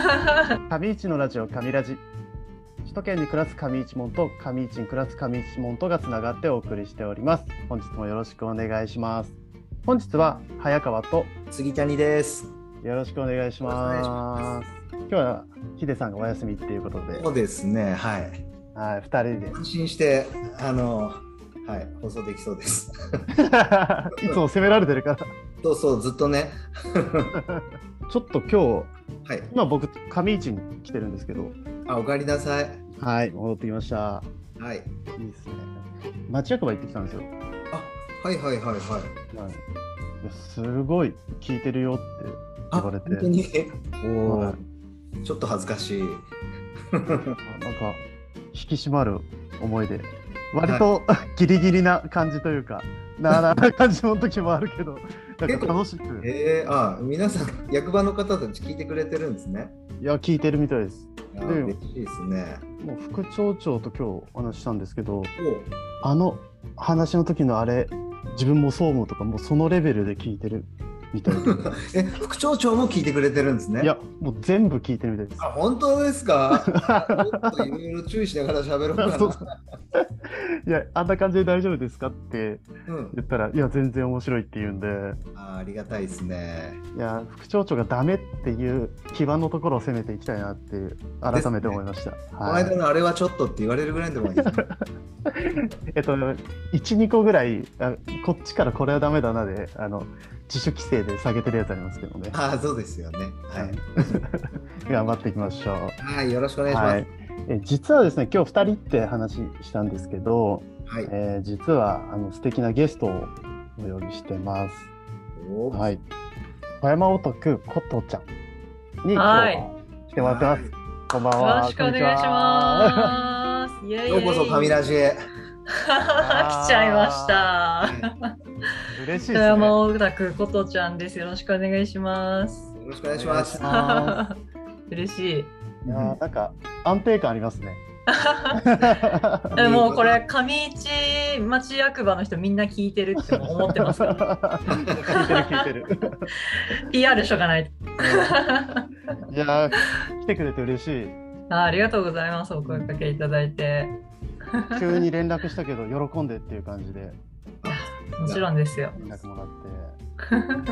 上市のラジオ上ラジ。首都圏に暮らす上市門と上市に暮らす上市門とがつながってお送りしております。本日もよろしくお願いします。本日は早川と杉谷です。 よろしくお願いします。今日はヒデさんがお休みっていうことで、 そうですね、はい。 はい、2人で安心してはい、放送できそうです。 いつも責められてるからそうそう、ずっとね。 ちょっと今日、 はい、 今僕上市に来てるんですけど、 お帰りなさい。 はい、戻ってきました。 はい。 いいですね。町役場行ってきたんですよ。 はいはいはいはい。 はい、いやすごい聞いてるよって言われて、 本当にはい、 ちょっと恥ずかしい。 なんか引き締まる思いで、割と、はい、ギリギリな感じというか、な感じの時もあるけど、なんか楽しく。 皆さん役場の方たち聞いてくれてるんですね。 いや、聞いてるみたいです。 で、嬉しいですね。 もう副町長と今日お話ししたんですけど、あの話の時のあれ、自分もそう思うとか、もうそのレベルで聞いてるみたいで。 副町長も聞いてくれてるんですね。 いや、もう全部聞いてるみたいです。 本当ですか？ちょっといろいろ注意しながら喋ろうかな。 いや、あんな感じで大丈夫ですかって言ったら、いや、全然面白いって言うんで。 ありがたいですね。 いや、副町長がダメっていう基盤のところを攻めていきたいなって改めて思いました。 この間のあれはちょっとって言われるぐらいでもいいです。 1、2個ぐらいこっちからこれはダメだなで自主規制で下げてるやつありますけどね。 そうですよね。はい。 頑張っていきましょう。 はい、よろしくお願いします。はい、 実はですね、今日2人って話したんですけど、はい、実は素敵なゲストをお呼びしてます。はい、富山オタクことちゃんに今日来てもらってます。こんばんは。 よろしくお願いします。 ようこそ神ラジへ。 来ちゃいました。 嬉しいですね。 富山オタクことちゃんです。よろしくお願いします。 よろしくお願いします。 嬉しい。 いや、なんか安定感ありますね。 もうこれ上市町役場の人みんな聞いてるって思ってますから。 聞いてる。 PR しょうがない。 いや、来てくれて嬉しい。 ありがとうございます。お声かけいただいて。 急に連絡したけど喜んでっていう感じで。 もちろんですよ。 連絡もらって。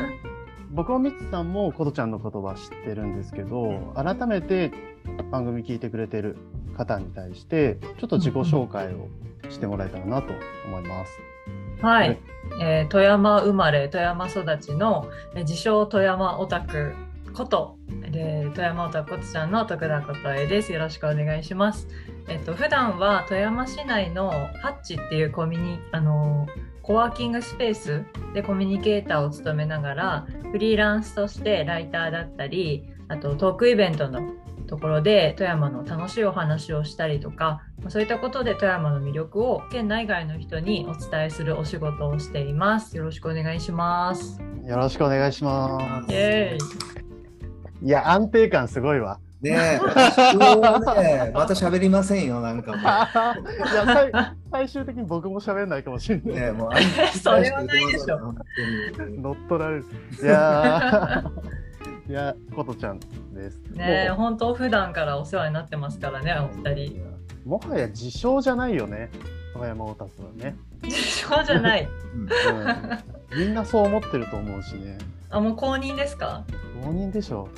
僕もみつさんもことちゃんの言葉知ってるんですけど、改めて番組聞いてくれてる方に対してちょっと自己紹介をしてもらえたらなと思います。 はい、富山生まれ富山育ちの自称富山オタクこと富山オタクことちゃんの徳田ことえです。よろしくお願いします。普段は富山市内のハッチっていうコワーキングスペースでコミュニケーターを務めながらフリーランスとしてライターだったり、あとトークイベントのところで富山の楽しいお話をしたりとか、そういったことで富山の魅力を県内外の人にお伝えするお仕事をしています。よろしくお願いします。 よろしくお願いします。 イエーイ。 いや、安定感すごいわ。 ねえ、また喋りませんよ、なんかもう。 いや、最終的に僕も喋んないかもしれない。 ねえ、もうそれはないでしょ。 乗っ取られる。いや、ことちゃんです。 ねえ、本当普段からお世話になってますからね、お二人。 もはや自称じゃないよね、富山オタクはね。 自称じゃない。 みんなそう思ってると思うしね。 もう公認ですか？ 公認でしょ。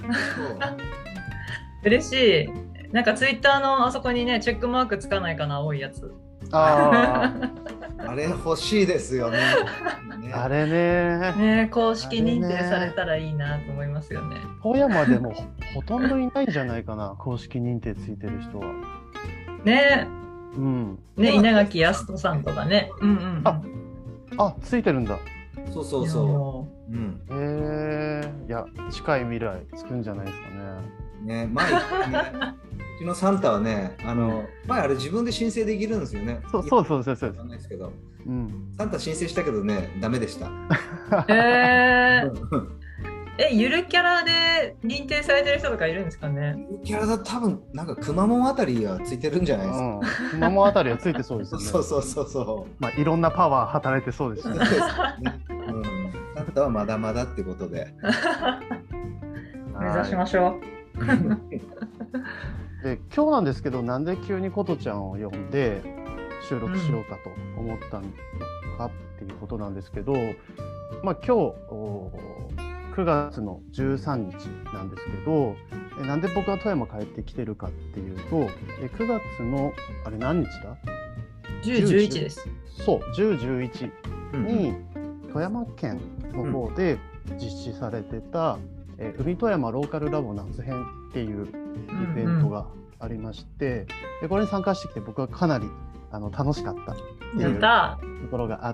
嬉しい。なんかツイッターのあそこにね、チェックマークつかないかな、多いやつ。 あれ欲しいですよね。 あれね。 ね、公式認定されたらいいなと思いますよね。 富山でもほとんどいないんじゃないかな、公式認定ついてる人は。 ね。 うん。 ね、稲垣康人さんとかね。 ついてるんだ。 そうそうそう。 いや、近い未来つくんじゃないですかね。 ね、前うちのサンタはね、前あれ自分で申請できるんですよね。 そう。 なんですけど、サンタ申請したけどね、ダメでした。 ゆるキャラで認定されてる人とかいるんですかね。 ゆるキャラだと多分なんかくまモンあたりはついてるんじゃないですか。 くまモンあたりはついてそうですよね。 そう。 まあいろんなパワー働いてそうですね。 サンタはまだまだってことで。 目指しましょう。 で今日なんですけど、なんで急にことちゃんを呼んで収録しようかと思ったのかっていうことなんですけど、今日9月の13日なんですけど、なんで僕が富山帰ってきてるかっていうと、9月のあれ何日だ 10、11です。 そう、10、11に富山県の方で実施されてた、海富山ローカルラボ夏編っていうイベントがありまして、でこれに参加してきて僕はかなり楽しかったっていうところがあって、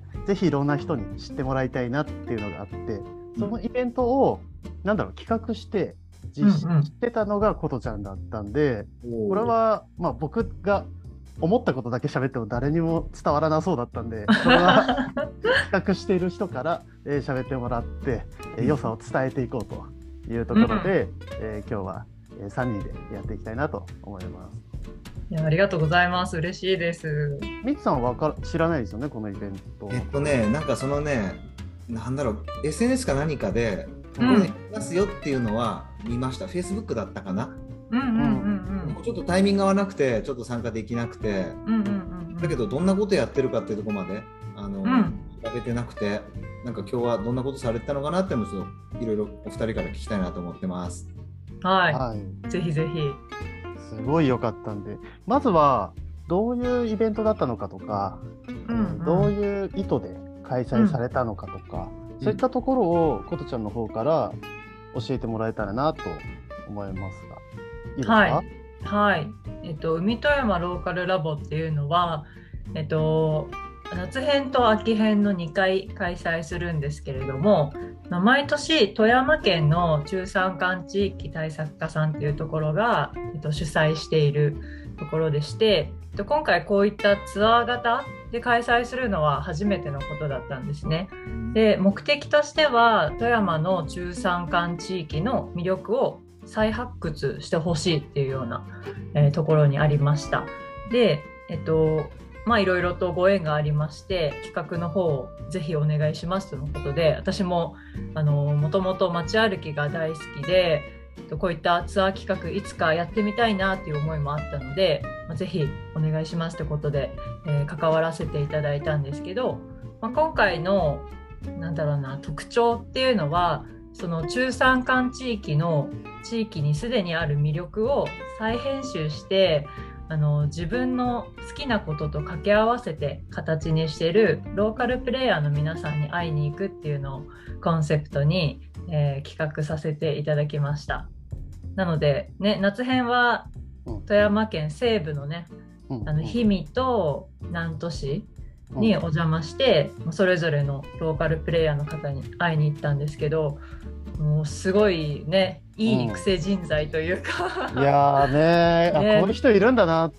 ぜひいろんな人に知ってもらいたいなっていうのがあって、そのイベントを企画して実施してたのがことちゃんだったんで、これは僕が思ったことだけ喋っても誰にも伝わらなそうだったんで、それは企画している人から喋ってもらって、良さを伝えていこうというところで、今日は3人でやっていきたいなと思います。 いや、ありがとうございます。嬉しいです。 ミツさんは知らないですよね、このイベント。 なんかそのね、なんだろう、SNS か何かでこれいますよっていうのは見ました。Facebook だったかな。ちょっとタイミングが合わなくてちょっと参加できなくて、だけどどんなことやってるかっていうところまで調べてなくて、なんか今日はどんなことされてたのかなってもいろいろお二人から聞きたいなと思ってます。 はい、ぜひぜひ。 すごい良かったんで、まずはどういうイベントだったのかとか、どういう意図で開催されたのかとか、そういったところをことちゃんの方から教えてもらえたらなと思いますが、いいですか？ はい。海富山ローカルラボっていうのは、夏編と秋編の2回開催するんですけれども、毎年富山県の中山間地域対策課さんっていうところが、主催しているところでして、今回こういったツアー型で開催するのは初めてのことだったんですね。で、目的としては富山の中山間地域の魅力を再発掘してほしいっていうような、ところにありました。で、いろいろとご縁がありまして、企画の方をぜひお願いしますとのことで、私ももともと街歩きが大好きで、こういったツアー企画いつかやってみたいなっていう思いもあったので、ぜひお願いしますってことで、関わらせていただいたんですけど、今回の特徴っていうのは、その中山間地域にすでにある魅力を再編集して、自分の好きなことと掛け合わせて形にしているローカルプレイヤーの皆さんに会いに行くっていうのをコンセプトに、企画させていただきました。なので、夏編は富山県西部のね、氷見と南砺市にお邪魔して、それぞれのローカルプレイヤーの方に会いに行ったんですけど、もうすごいね、いい育成人材というか、 いやね、こういう人いるんだなって。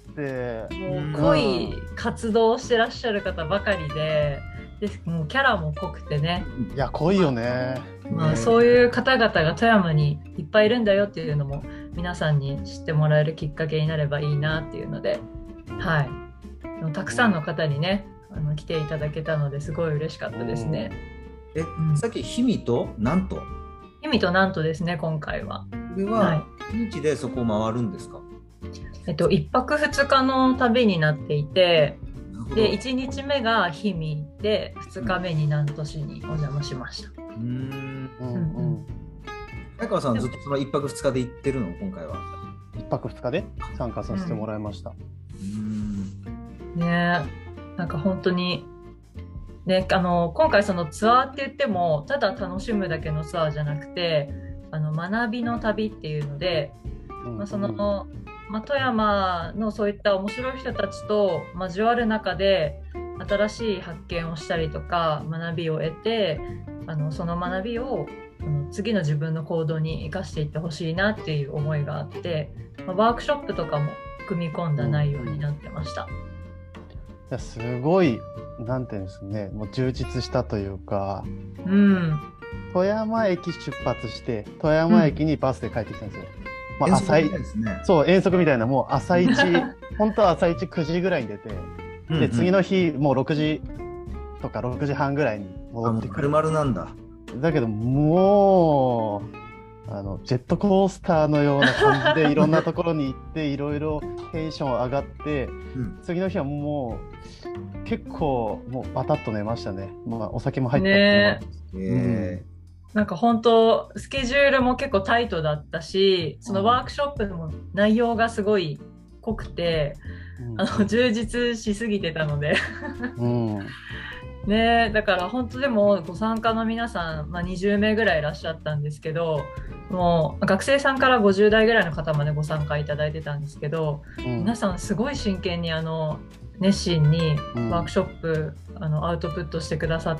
もう濃い活動をしてらっしゃる方ばかりで、もうキャラも濃くてね。 いや、濃いよね。 そういう方々が富山にいっぱいいるんだよっていうのも皆さんに知ってもらえるきっかけになればいいなっていうので、はい。たくさんの方にね、来ていただけたのですごい嬉しかったですね。 さっき氷見と南砺？ 氷見と南砺ですね、今回は。 これは日でそこを回るんですか ？1泊2日の旅になっていて、で1日目が氷見で2日目に南砺市にお邪魔しました。 早川さんずっとその1泊2日で行ってるの？今回は 1泊2日で参加させてもらいました。 ね、なんか本当にね、今回そのツアーって言ってもただ楽しむだけのツアーじゃなくて、学びの旅っていうので、富山のそういった面白い人たちと交わる中で新しい発見をしたりとか学びを得て、その学びを次の自分の行動に生かしていってほしいなっていう思いがあって、ワークショップとかも組み込んだ内容になってました。 いや、すごいなんていうんですね、もう充実したというか、富山駅出発して富山駅にバスで帰ってきたんですよ。そう、遠足みたいな、もう朝一本当は朝一9時ぐらいに出て、で次の日もう6時とか6時半ぐらいに戻ってくる。 丸々なんだ。 だけどもジェットコースターのような感じでいろんなところに行っていろいろテンション上がって、次の日はもう結構もうバタッと寝ましたね。まあお酒も入ったっていうのもあるし、 なんか本当スケジュールも結構タイトだったし、そのワークショップも内容がすごい濃くて、充実しすぎてたのでね、だから本当でもご参加の皆さん、20名ぐらいいらっしゃったんですけど、もう学生さんから50代ぐらいの方までご参加いただいてたんですけど、皆さんすごい真剣に熱心にワークショップ、アウトプットしてくださって、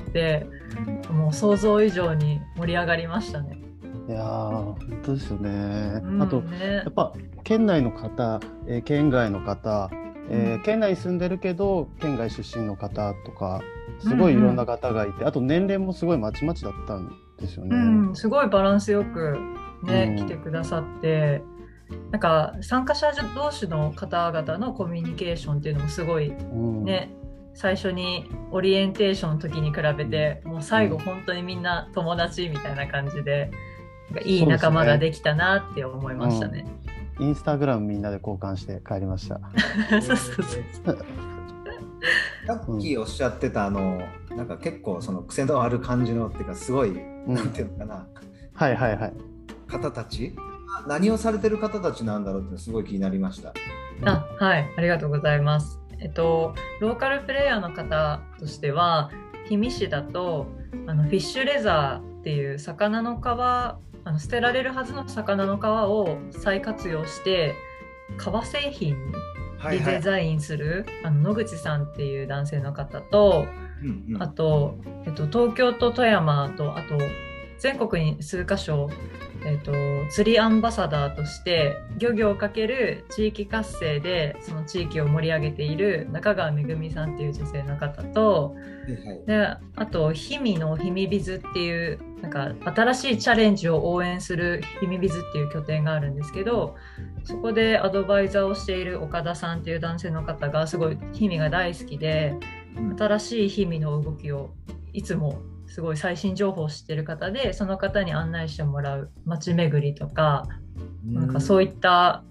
もう想像以上に盛り上がりましたね。 いや本当ですよね。あとやっぱ県内の方、県外の方、県内に住んでるけど県外出身の方とかすごいいろんな方がいて、あと年齢もすごいまちまちだったんですよね。 すごいバランスよくね、来てくださって、なんか参加者同士の方々のコミュニケーションっていうのもすごいね、最初にオリエンテーションの時に比べてもう最後本当にみんな友達みたいな感じで、いい仲間ができたなって思いましたね。 インスタグラムみんなで交換して帰りました。 そうそうそうさっきおっしゃってたなんか結構その癖のある感じのっていうかすごい、なんていうのかな、方たち、何をされてる方たちなんだろうってすごい気になりました。 はい、ありがとうございます。ローカルプレイヤーの方としては、氷見市だとフィッシュレザーっていう魚の皮、捨てられるはずの魚の皮を再活用して革製品にリデザインする、野口さんっていう男性の方と、あと、東京と富山と、あと全国に数カ所、釣りアンバサダーとして漁業をかける地域活性でその地域を盛り上げている中川めぐみさんっていう女性の方と、であと氷見の氷見ビズっていうなんか新しいチャレンジを応援する氷見ビズっていう拠点があるんですけど、そこでアドバイザーをしている岡田さんっていう男性の方がすごい氷見が大好きで、新しい氷見の動きをいつもすごい最新情報を知ってる方で、その方に案内してもらう街巡りとか、なんかそういった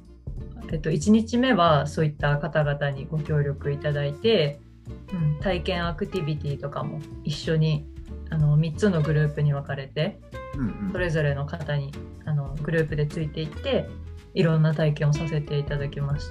、1日目はそういった方々にご協力いただいて、体験アクティビティとかも一緒に3つのグループに分かれて、それぞれの方にグループでついていっていろんな体験をさせていただきました。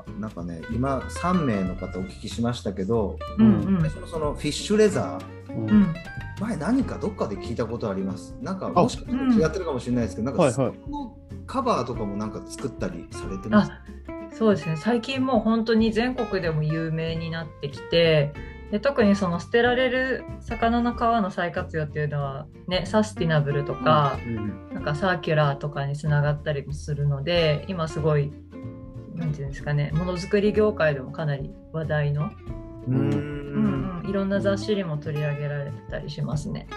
なんかね、今3名の方お聞きしましたけど、そのフィッシュレザー、前何かどっかで聞いたことあります。なんかもしかしたら違ってるかもしれないですけど、なんかそのカバーとかもなんか作ったりされてます？ そうですね、最近もう本当に全国でも有名になってきて、で特にその捨てられる魚の皮の再活用っていうのは、ね、サスティナブルとか、なんかサーキュラーとかにつながったりもするので、今すごいなんていうんですかね、ものづくり業界でもかなり話題の、いろんな雑誌にも取り上げられてたりしますね。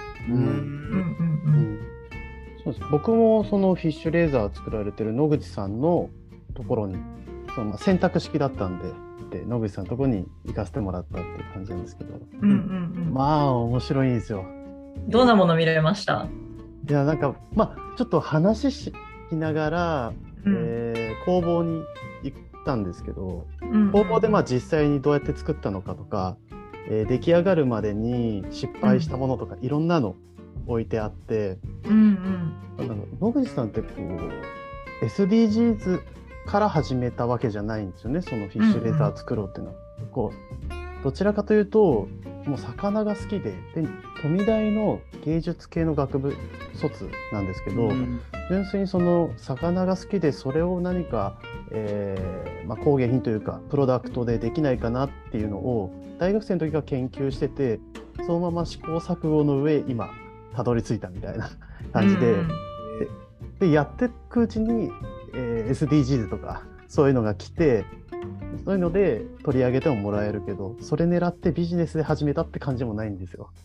そうです。僕もそのフィッシュレーザー作られてる野口さんのところに選択式だったんで、野口さんのところに行かせてもらったっていう感じなんですけど、まあ面白いんですよ。 どんなもの見られました？ いや、なんかちょっと話しながら、工房に行ったんですけど、工房で実際にどうやって作ったのかとか、出来上がるまでに失敗したものとか、いろんなの置いてあって、野口さんってこう SDGs から始めたわけじゃないんですよね。そのフィッシュレザー作ろうっていうのは、どちらかというともう魚が好きで、富大の芸術系の学部卒なんですけど、純粋にその魚が好きで、それを何か、工芸品というかプロダクトでできないかなっていうのを大学生の時から研究してて、そのまま試行錯誤の上今たどり着いたみたいな感じで、やっていくうちに、SDGs とかそういうのが来て、そういうので取り上げてもらえるけど、それ狙ってビジネスで始めたって感じもないんですよ。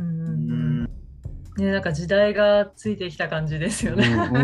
なんか時代がついてきた感じですよね。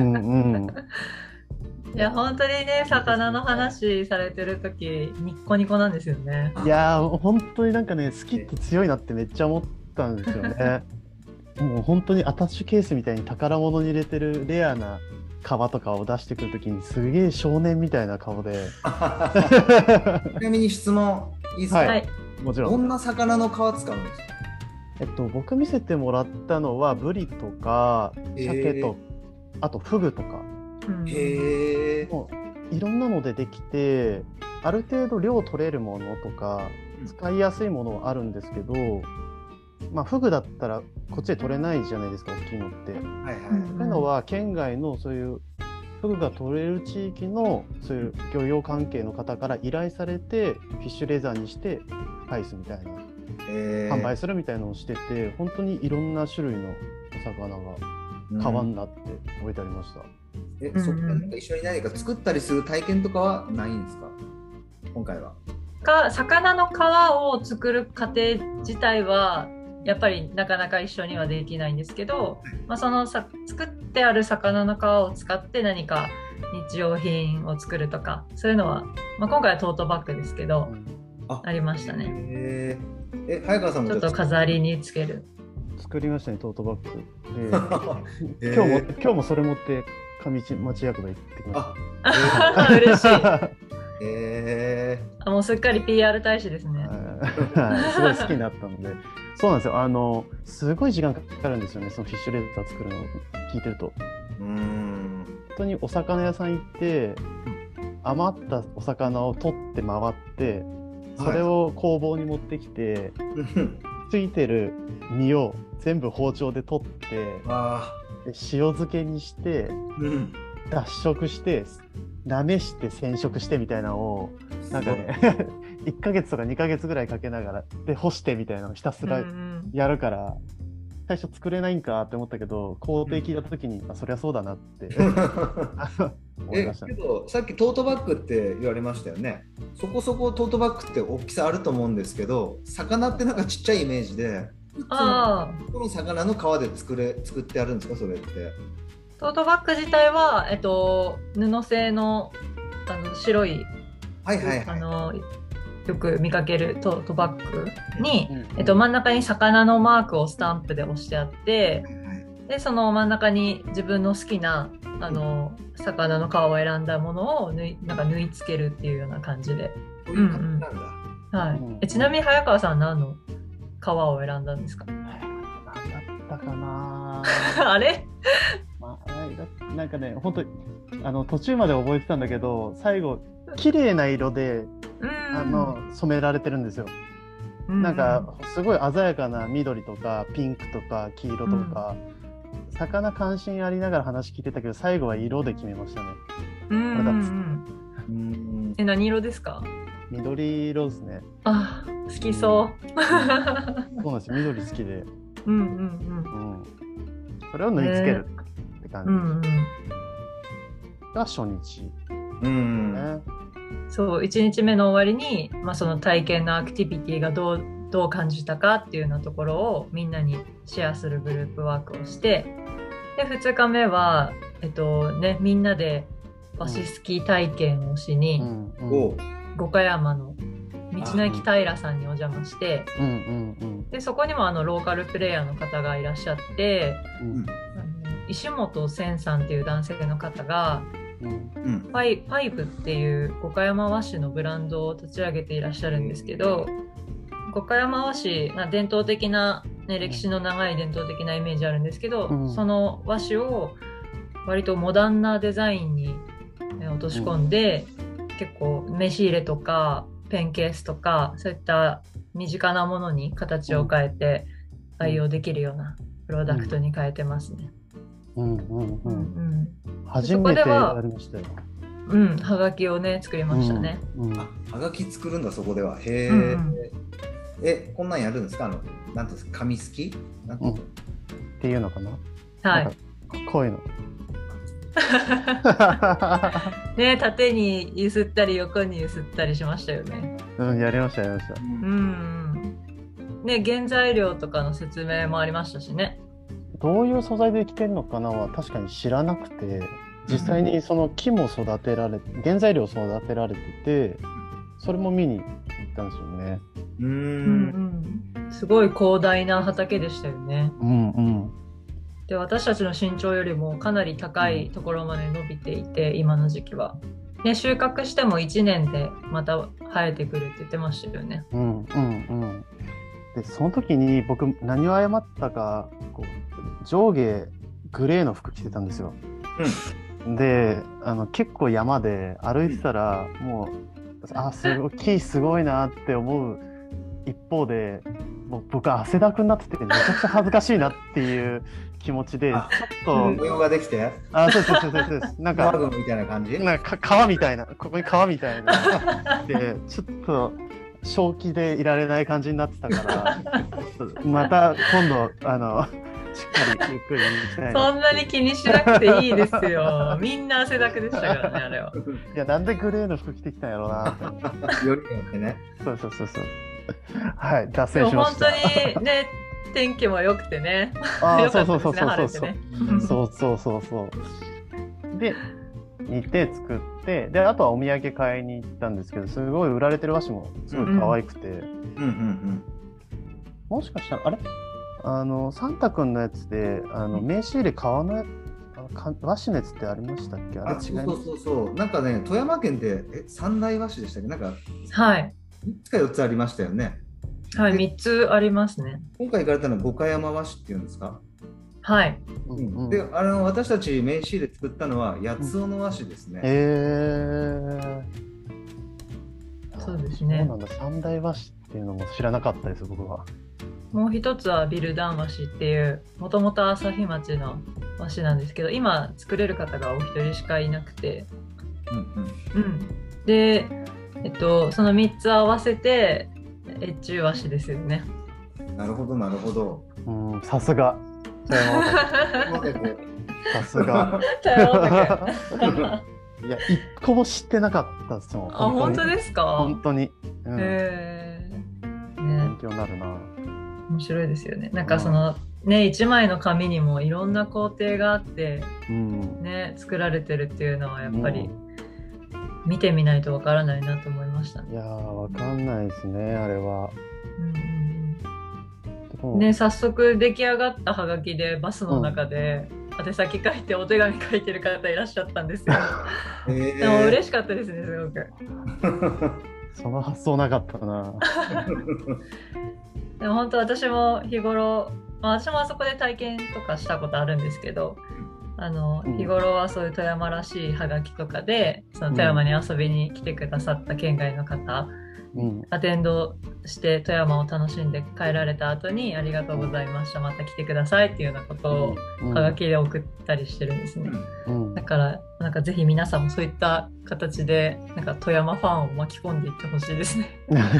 いや本当にね、魚の話されてる時ニッコニコなんですよね。 いや本当になんかね、好きって強いなってめっちゃ思ったんですよね。もう本当にアタッシュケースみたいに宝物に入れてるレアな皮とかを出してくるときにすげえ少年みたいな顔でちなみに質問いいですか？ はい、もちろん。 どんな魚の皮使うんですか？ 僕見せてもらったのはブリとか鮭と、あとフグとか、 へえ。 もういろんなのでできて、ある程度量取れるものとか使いやすいものはあるんですけど、まあフグだったらこっちで取れないじゃないですか、大きいのって。 はいはい。 そういうのは県外のそういうフグが取れる地域のそういう漁業関係の方から依頼されてフィッシュレザーにして返すみたいな、販売するみたいなのをしてて、本当にいろんな種類のお魚が川になって置いてありました。 そこで一緒に何か作ったりする体験とかはないんですか、今回は？ 魚の皮を作る過程自体はやっぱりなかなか一緒にはできないんですけど、その作ってある魚の皮を使って何か日用品を作るとか、そういうのは、今回はトートバッグですけど、ありましたね。 早川さんもちょっと飾りにつける。 作りましたね、トートバッグ。今日もそれ持って上町役場行ってきました。嬉しい。もうすっかり PR 大使ですね。 すごい好きになったので。そうなんですよ。すごい時間かかるんですよね、そのフィッシュレザー作るのを聞いてると。本当にお魚屋さん行って余ったお魚を取って回って、それを工房に持ってきて、ついてる身を全部包丁で取って、で塩漬けにして、脱色してなめして染色してみたいなのをなんかね1ヶ月とか2ヶ月ぐらいかけながらで干してみたいなのをひたすらやるから、最初作れないんかって思ったけど、工程聞いた時に、そりゃそうだなって思いましたね。 けどさっきトートバッグって言われましたよね。そこそこトートバッグって大きさあると思うんですけど、魚ってなんかちっちゃいイメージで、この魚の皮で作ってあるんですか、それって？ トートバッグ自体は、布製の白い、よく見かけるトートバッグに、真ん中に魚のマークをスタンプで押してあって、でその真ん中に自分の好きな魚の皮を選んだものをなんか縫い付けるっていうような感じで。 そういう感じなんだ。 はい。ちなみに早川さん何の皮を選んだんですか？ 何だったかなあれなんかね、本当途中まで覚えてたんだけど、最後綺麗な色で染められてるんですよ。なんかすごい鮮やかな緑とかピンクとか黄色とか、魚関心ありながら話聞いてたけど、最後は色で決めましたね。 何色ですか？ 緑色ですね。 あ、好きそう。 そうなんですよ、緑好きで。それを縫い付けるって感じが初日。 そう、1日目の終わりに、その体験のアクティビティがどう感じたかっていうようなところをみんなにシェアするグループワークをして、で2日目は、みんなでワシスキー体験をしに、五箇山の道の駅平さんにお邪魔して、でそこにもローカルプレイヤーの方がいらっしゃって、石本千さんっていう男性の方が、パイプっていう五箇山和紙のブランドを立ち上げていらっしゃるんですけど、五箇山和紙、伝統的な、歴史の長い伝統的なイメージあるんですけど、その和紙を割とモダンなデザインに落とし込んで、結構名刺入れとかペンケースとかそういった身近なものに形を変えて愛用できるようなプロダクトに変えてますね。 初めてやりましたよ。 はがきをね作りましたね。 はがき作るんだ、そこでは。へえ。こんなんやるんですか？なんていうんですか、紙すきっていうのかな。 はい。 こういうの。 ね、縦に揺すったり横に揺すったりしましたよね。 やりました。 ね、原材料とかの説明もありましたしね。 どういう素材でできてるのかなは確かに知らなくて、実際にその木も育てられて、原材料を育てられてて、それも見に行ったんですよね。 すごい広大な畑でしたよね。 で私たちの身長よりもかなり高いところまで伸びていて、今の時期は、ね、収穫しても1年でまた生えてくるって言ってましたよね。 でその時に僕何を謝ったか、こう上下グレーの服着てたんですよ。で結構山で歩いてたら、もうすごい木すごいなって思う一方で、もう僕汗だくになっててめちゃくちゃ恥ずかしいなっていう気持ちで、ちょっと模様ができて、 そうなんかみたいな感じ、 なんか川みたいな、ここに川みたいなでちょっと正気でいられない感じになってたからまた今度しっかりゆっくり行きたいな。 そんなに気にしなくていいですよ。みんな汗だくでしたからね、あれは。 いや、なんでグレーの服着てきたんやろうな。 よりによってね。 そう。はい、脱線しました。 本当にね、天気も良くてね。 そう。で、煮て作って、で、あとはお土産買いに行ったんですけど、すごい売られてる和紙もすごい可愛くて。もしかしたら、あれサンタ君のやつで名刺入れ革の和紙のやつってありましたっけ？あれ違います？ そう。なんかね、富山県で三大和紙でしたっけ？なんか、 はい。 3つか4つありましたよね。 はい、3つありますね。 今回行かれたのは五箇山和紙っていうんですか？ はい。 で、私たち名刺入れ作ったのは八尾の和紙ですね。 そうですね。 そうなんだ、三大和紙っていうのも知らなかったです、僕は。 もう一つはビルダン和紙っていう、もともと朝日町の和紙なんですけど、今作れる方がお一人しかいなくて、で、その3つ合わせて越中和紙ですよね。 なるほど。 さすが。さすが。いや、一個も知ってなかったですもん。 本当ですか？ 本当に。 勉強になるな。 面白いですよね。なんかそのね、一枚の紙にもいろんな工程があって、ね、作られてるっていうのはやっぱり見てみないとわからないなと思いました。 いやー、わかんないですね、あれは。 ね、早速出来上がったハガキでバスの中で宛先書いてお手紙書いてる方いらっしゃったんですよ。でも嬉しかったですね、すごく。 その発想なかったな。 でも本当私も日頃、私もあそこで体験とかしたことあるんですけど、日頃はそういう富山らしいハガキとかで、その富山に遊びに来てくださった県外の方、アテンドして富山を楽しんで帰られた後にありがとうございました、また来てくださいっていうようなことをハガキで送ったりしてるんですね。だからなんかぜひ皆さんもそういった形でなんか富山ファンを巻き込んでいってほしいですね。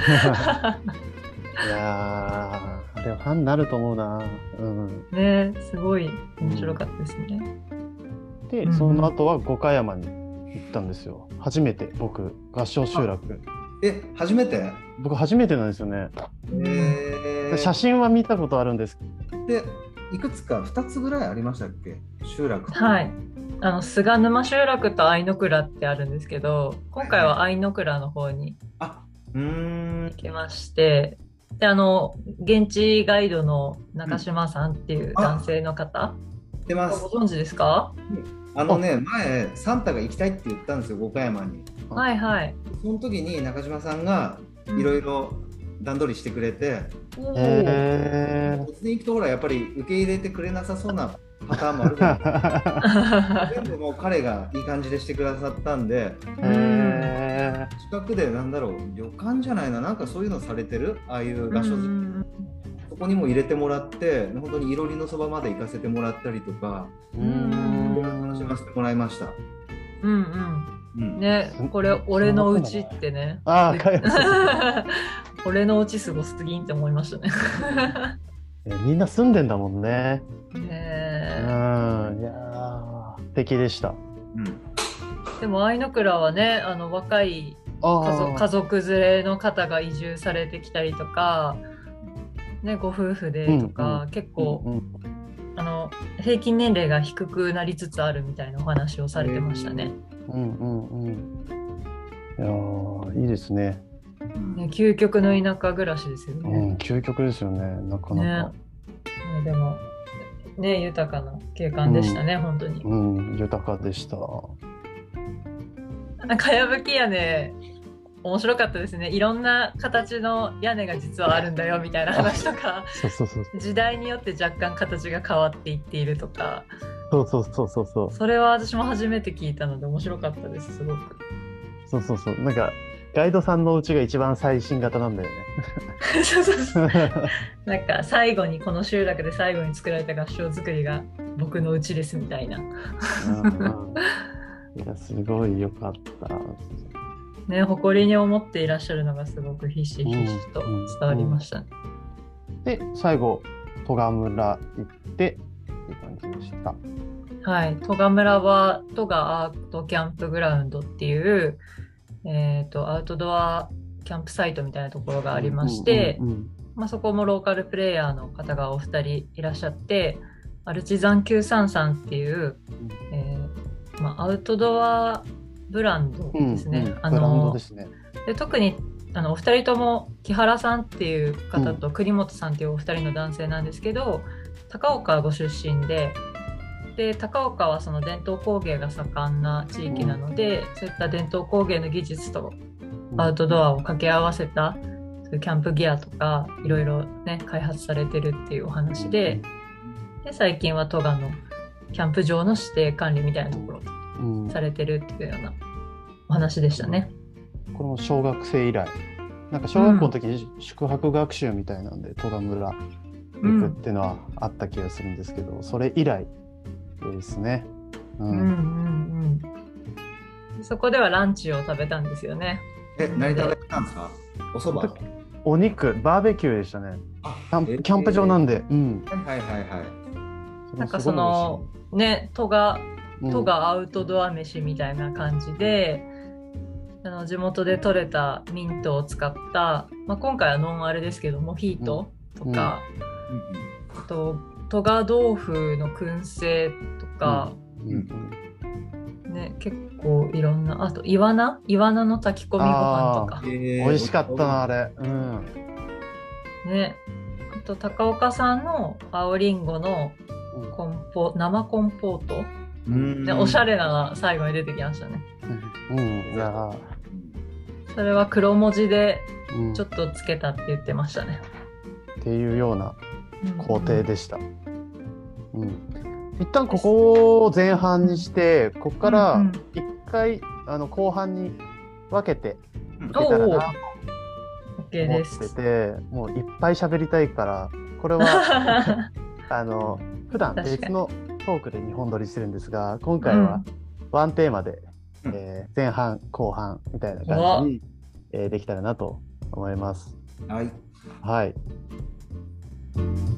いやー、でもファンになると思うな。 ね、すごい面白かったですね。 で、その後は五箇山に行ったんですよ。初めて僕合掌集落。 初めて？ 僕初めてなんですよね。写真は見たことあるんです。 で、いくつか2つぐらいありましたっけ？集落。 はい。菅沼集落と相倉ってあるんですけど、今回は相倉の方に行きまして、で現地ガイドの中島さんっていう男性の方、ご存知ですか？ 前サンタが行きたいって言ったんですよ、五箇山に。 はいはい。 その時に中島さんがいろいろ段取りしてくれて、突然行くとほらやっぱり受け入れてくれなさそうなパターンもあるじゃないですか。全部もう彼がいい感じでしてくださったんで、近くで旅館じゃないな、なんかそういうのされてるああいう場所、そこにも入れてもらって、本当にいろりのそばまで行かせてもらったりとか、楽しませてもらいました。 ね、これ俺のうちってね。俺のうちすごすぎんって思いましたね。 みんな住んでんだもんね。いや素敵でした。 でも相倉はね、若い家族連れの方が移住されてきたりとか、ね、ご夫婦でとか、結構平均年齢が低くなりつつあるみたいなお話をされてましたね。 いやいいですね。 究極の田舎暮らしですよね。 究極ですよね、なかなか。 でもね、豊かな景観でしたね、本当に。 豊かでした。 かやぶき屋根面白かったですね。いろんな形の屋根が実はあるんだよみたいな話とか、時代によって若干形が変わっていっているとか。それは私も初めて聞いたので面白かったです、すごく。 なんかガイドさんのうちが一番最新型なんだよね。 なんか最後にこの集落で最後に作られた合掌造りが僕のうちですみたいな。 いやすごい良かった。 ね、誇りに思っていらっしゃるのがすごくひしひしと伝わりましたね。 で最後戸賀村行ってっていう感じでした。 はい、戸賀村は戸賀アートキャンプグラウンドっていう、アウトドアキャンプサイトみたいなところがありまして、そこもローカルプレイヤーの方がお二人いらっしゃって、アルチザン933っていう、アウトドアブランドですね。 ブランドですね。 で特にお二人とも木原さんっていう方と栗本さんっていうお二人の男性なんですけど、高岡ご出身で高岡はその伝統工芸が盛んな地域なので、そういった伝統工芸の技術とアウトドアを掛け合わせたそういうキャンプギアとかいろいろね開発されてるっていうお話で、最近は戸賀のキャンプ場の指定管理みたいなところされてるっていうようなお話でしたね。 これも小学生以来、なんか小学校の時に宿泊学習みたいなんで戸賀村行くっていうのはあった気がするんですけど、それ以来ですね。 そこではランチを食べたんですよね。 何食べたんですか？お蕎麦？ お肉、バーベキューでしたね。キャンプ場なんで。 なんかそのね、戸賀アウトドア飯みたいな感じで、地元で採れたミントを使った、今回はノンアルですけどモヒートとか、あと戸賀豆腐の燻製とか、ね、結構いろんな、あとイワナの炊き込みご飯とか、 美味しかったなあれ。 ね、あと高岡さんの青りんごの生コンポート、でおしゃれなのが最後に出てきましたね。それは黒文字でちょっとつけたって言ってましたね。 っていうような工程でした。一旦ここを前半にして、ここから一回後半に分けていけたらなと思ってて、もういっぱい喋りたいから、これは普段別のトークで2本撮りしてるんですが、今回はワンテーマで、前半後半みたいな感じに、できたらなと思います。 はい。 はい。